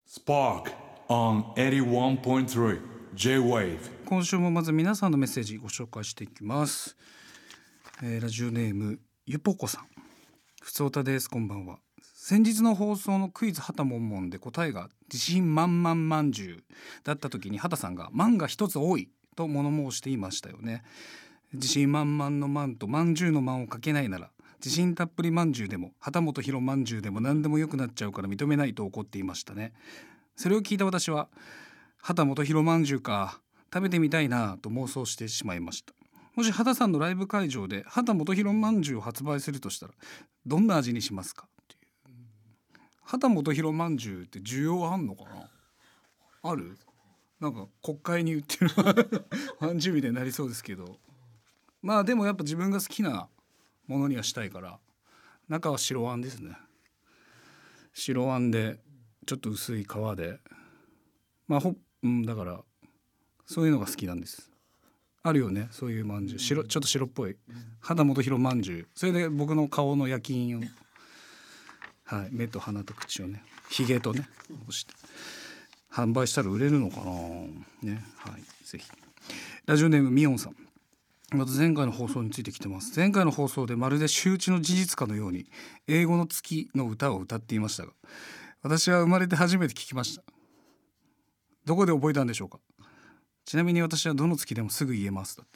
Spark on 81.3 J-Wave。 今週もまず皆さんのメッセージご紹介していきます。ラジオネームゆぽこさん、ふつおたです。こんばんは。先日の放送のクイズはたもんもんで答えが自信満々まんじゅうだった時にはたさんが万が一つ多いと物申していましたよね。自信満々の万とまんじゅうの万をかけないなら自信たっぷりまんじゅうでも旗本博まんじゅうでも何でもよくなっちゃうから認めないと怒っていましたね。それを聞いた私は旗本博まんじゅうか食べてみたいなと妄想してしまいました。もし畑さんのライブ会場で旗本博まんじゅうを発売するとしたらどんな味にしますかっていう。旗本博まんじゅうって需要あんのかな。ある？なんか国会に売ってるまんじゅうみたいになりそうですけど、まあでもやっぱ自分が好きなものにはしたいから中は白あんですね。白あんでちょっと薄い皮でまあだからそういうのが好きなんです。あるよね、そういうまんじゅう、ちょっと白っぽい旗本博まんじゅう。それで僕の顔の焼き印を、はい、目と鼻と口をね、ひげとね押して販売したら売れるのかなね。はい、ぜひ。ラジオネームみおんさん、まず前回の放送についてきてます。前回の放送でまるで周知の事実かのように英語の月の歌を歌っていましたが、私は生まれて初めて聞きました。どこで覚えたんでしょうか。ちなみに私はどの月でもすぐ言えます。だって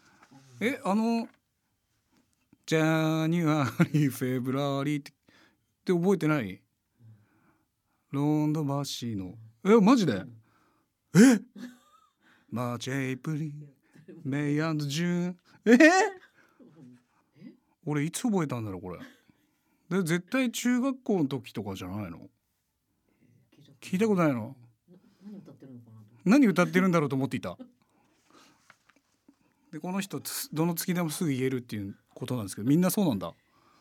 ジャニュアリーフェブラリーって覚えてない？ロンドン橋のマジでマーチエイプリメイ&ジュン俺いつ覚えたんだろうこれ。で絶対中学校の時とかじゃないの？聞いたことないの？何歌ってるんだろうと思っていた。でこの人どの月でもすぐ言えるっていうことなんですけど、みんなそうなんだ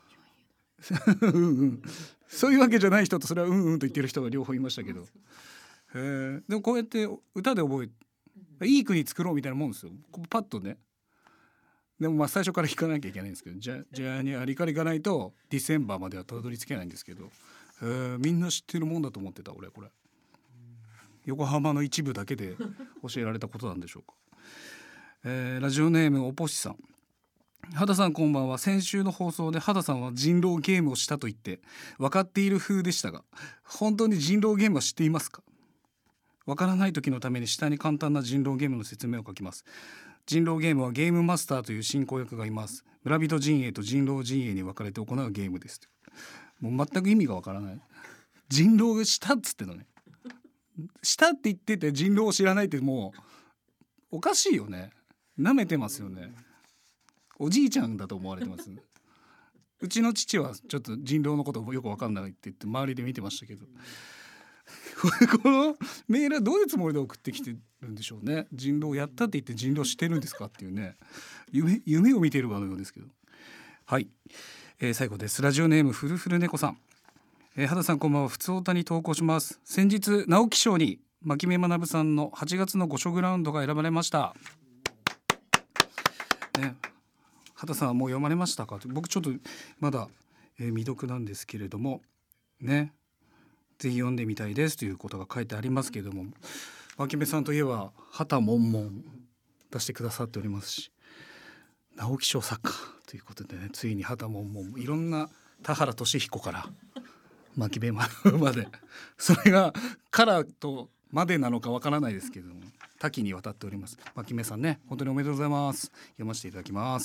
そういうわけじゃない人とそれはと言ってる人が両方いましたけど、でもこうやって歌で覚えいい国作ろうみたいなもんですよ。パッとね。でもまあ最初から弾かなきゃいけないんですけど、じゃあにありからいかないとディセンバーまではたどり着けないんですけど、みんな知ってるもんだと思ってた俺。これ横浜の一部だけで教えられたことなんでしょうか。ラジオネームおぽしさん、畑さんこんばんは。先週の放送で畑さんは人狼ゲームをしたと言って分かっている風でしたが、本当に人狼ゲームは知っていますか？分からない時のために下に簡単な人狼ゲームの説明を書きます。人狼ゲームはゲームマスターという進行役がいます。村人陣営と人狼陣営に分かれて行うゲームです。もう全く意味が分からない。人狼したっつってのね、したって言ってて人狼を知らないってもうおかしいよね。舐めてますよね。おじいちゃんだと思われてます、ね、うちの父はちょっと人狼のことよく分かんないって言って周りで見てましたけどこのメールはどういうつもりで送ってきてるんでしょうね。人狼やったって言って人狼してるんですかっていうね、夢を見ているかのようですけど。はい、最後です。ラジオネームふるふる猫さん、畑さんこんばんは。ふつおたに投稿します。先日直木賞に牧目学さんの8月の御所グラウンドが選ばれました、ね。畑さんはもう読まれましたか？僕ちょっとまだ、未読なんですけれどもね、ぜひ読んでみたいですということが書いてありますけれども、牧目さんといえば畑もんもん出してくださっておりますし、直木賞作家ということでね、ついに畑もんもん、いろんな田原俊彦から牧目までそれがからとまでなのかわからないですけれども多岐にわたっております。牧目さんね、本当におめでとうございます。読ませていただきます。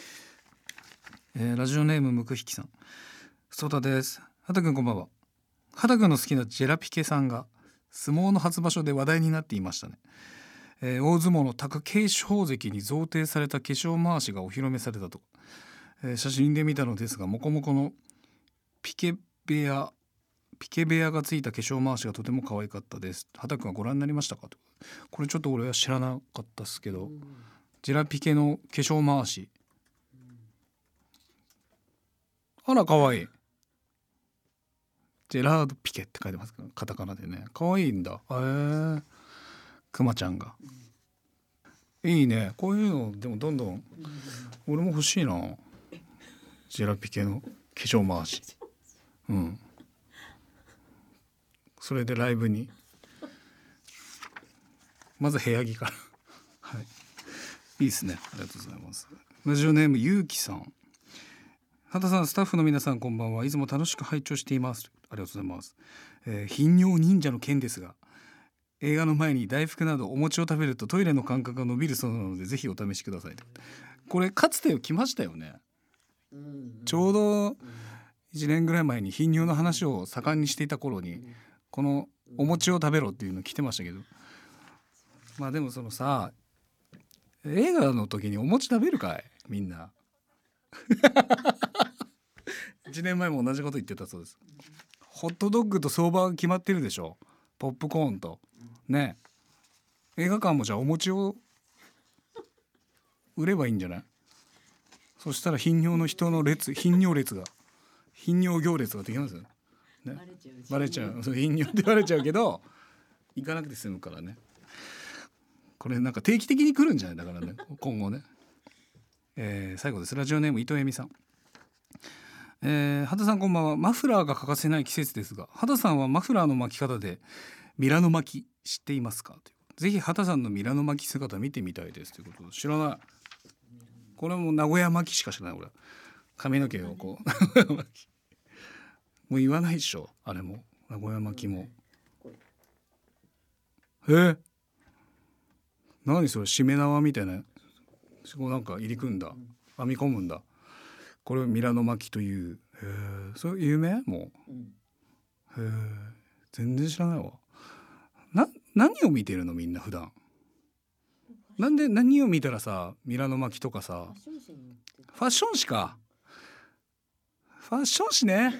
ラジオネームむくひきさん、そうだです。畑くんこんばんは。畑くんの好きなジェラピケさんが相撲の初場所で話題になっていましたね。大相撲の貴景勝関に贈呈された化粧まわしがお披露目されたと、写真で見たのですが、モコモコのピケ部屋がついた化粧まわしがとても可愛かったです。畑くんはご覧になりましたかと。これちょっと俺は知らなかったですけど、ジェラピケの化粧まわし、あら可愛い。ジェラードピケって書いてますから、カタカナでね、可愛いんだ。クマちゃんが、いいね。こういうのでもどんどん俺も欲しいな。ジェラピケの化粧まわし、 それでライブにまず部屋着からはい、いいですね。ありがとうございます。ラジオネームゆうきさん。畑さん、スタッフの皆さんこんばんは。いつも楽しく拝聴しています。ありがとうございます。頻尿忍者の件ですが、映画の前に大福などお餅を食べるとトイレの間隔が伸びるそうなので、ぜひお試しください。これかつて来ましたよね。ちょうど1年ぐらい前に頻尿の話を盛んにしていた頃に、このお餅を食べろっていうの来てましたけど、まあでもそのさ、映画の時にお餅食べるかいみんな1年前も同じこと言ってたそうです。ホットドッグと相場が決まってるでしょ。ポップコーンとね。映画館もじゃあお餅を売ればいいんじゃない。そしたら頻尿の人の列、頻尿行列ができますよね。バレちゃう、そう頻尿ってバレちゃうけど行かなくて済むからね。これなんか定期的に来るんじゃないだからね今後ね。最後です。ラジオネーム伊藤恵美さん。畑さんこんばんは。マフラーが欠かせない季節ですが、畑さんはマフラーの巻き方でミラノ巻き知っていますか。ぜひ畑さんのミラノ巻き姿見てみたいですということで。知らない。これも名古屋巻きしか知らない俺。髪の毛をこうもう言わないでしょあれも。名古屋巻きも何それ、しめ縄みたいな、そこなんか入り組んだ、編み込むんだ。これをミラノ巻きという。それ有名もう。全然知らないわ。何を見てるのみんな普段。なんで何を見たらさ、ミラノ巻きとかさ、ファッション誌か。ファッション誌ね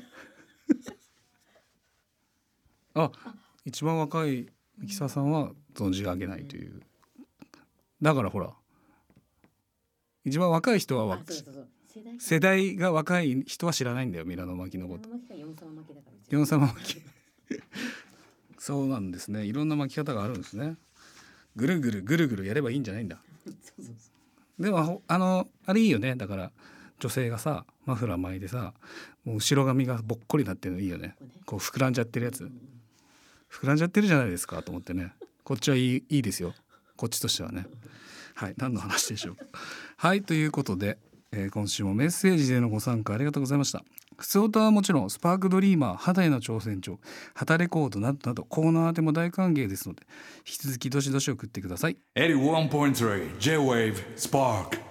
あ、一番若いミキサーさんは存じ上げないという。だからほら、一番若い人は世代が若い人は知らないんだよ、ミラノ巻きのこと。四様巻きそうなんですね。いろんな巻き方があるんですね。ぐるぐるぐるぐるやればいいんじゃないんだでもあれいいよね。だから女性がさマフラー巻いてさ、もう後ろ髪がぼっこりなってるのいいよね。こう膨らんじゃってるやつ、膨らんじゃってるじゃないですかと思ってね。こっちはいいですよ、こっちとしてはね。はい、何の話でしょうか。はい、ということで、今週もメッセージでのご参加ありがとうございました。普通歌はもちろんスパークドリーマー、肌への挑戦状、旗レコードなどなどコーナーでも大歓迎ですので、引き続きどしどし送ってください。 81.3 J-Wave Spark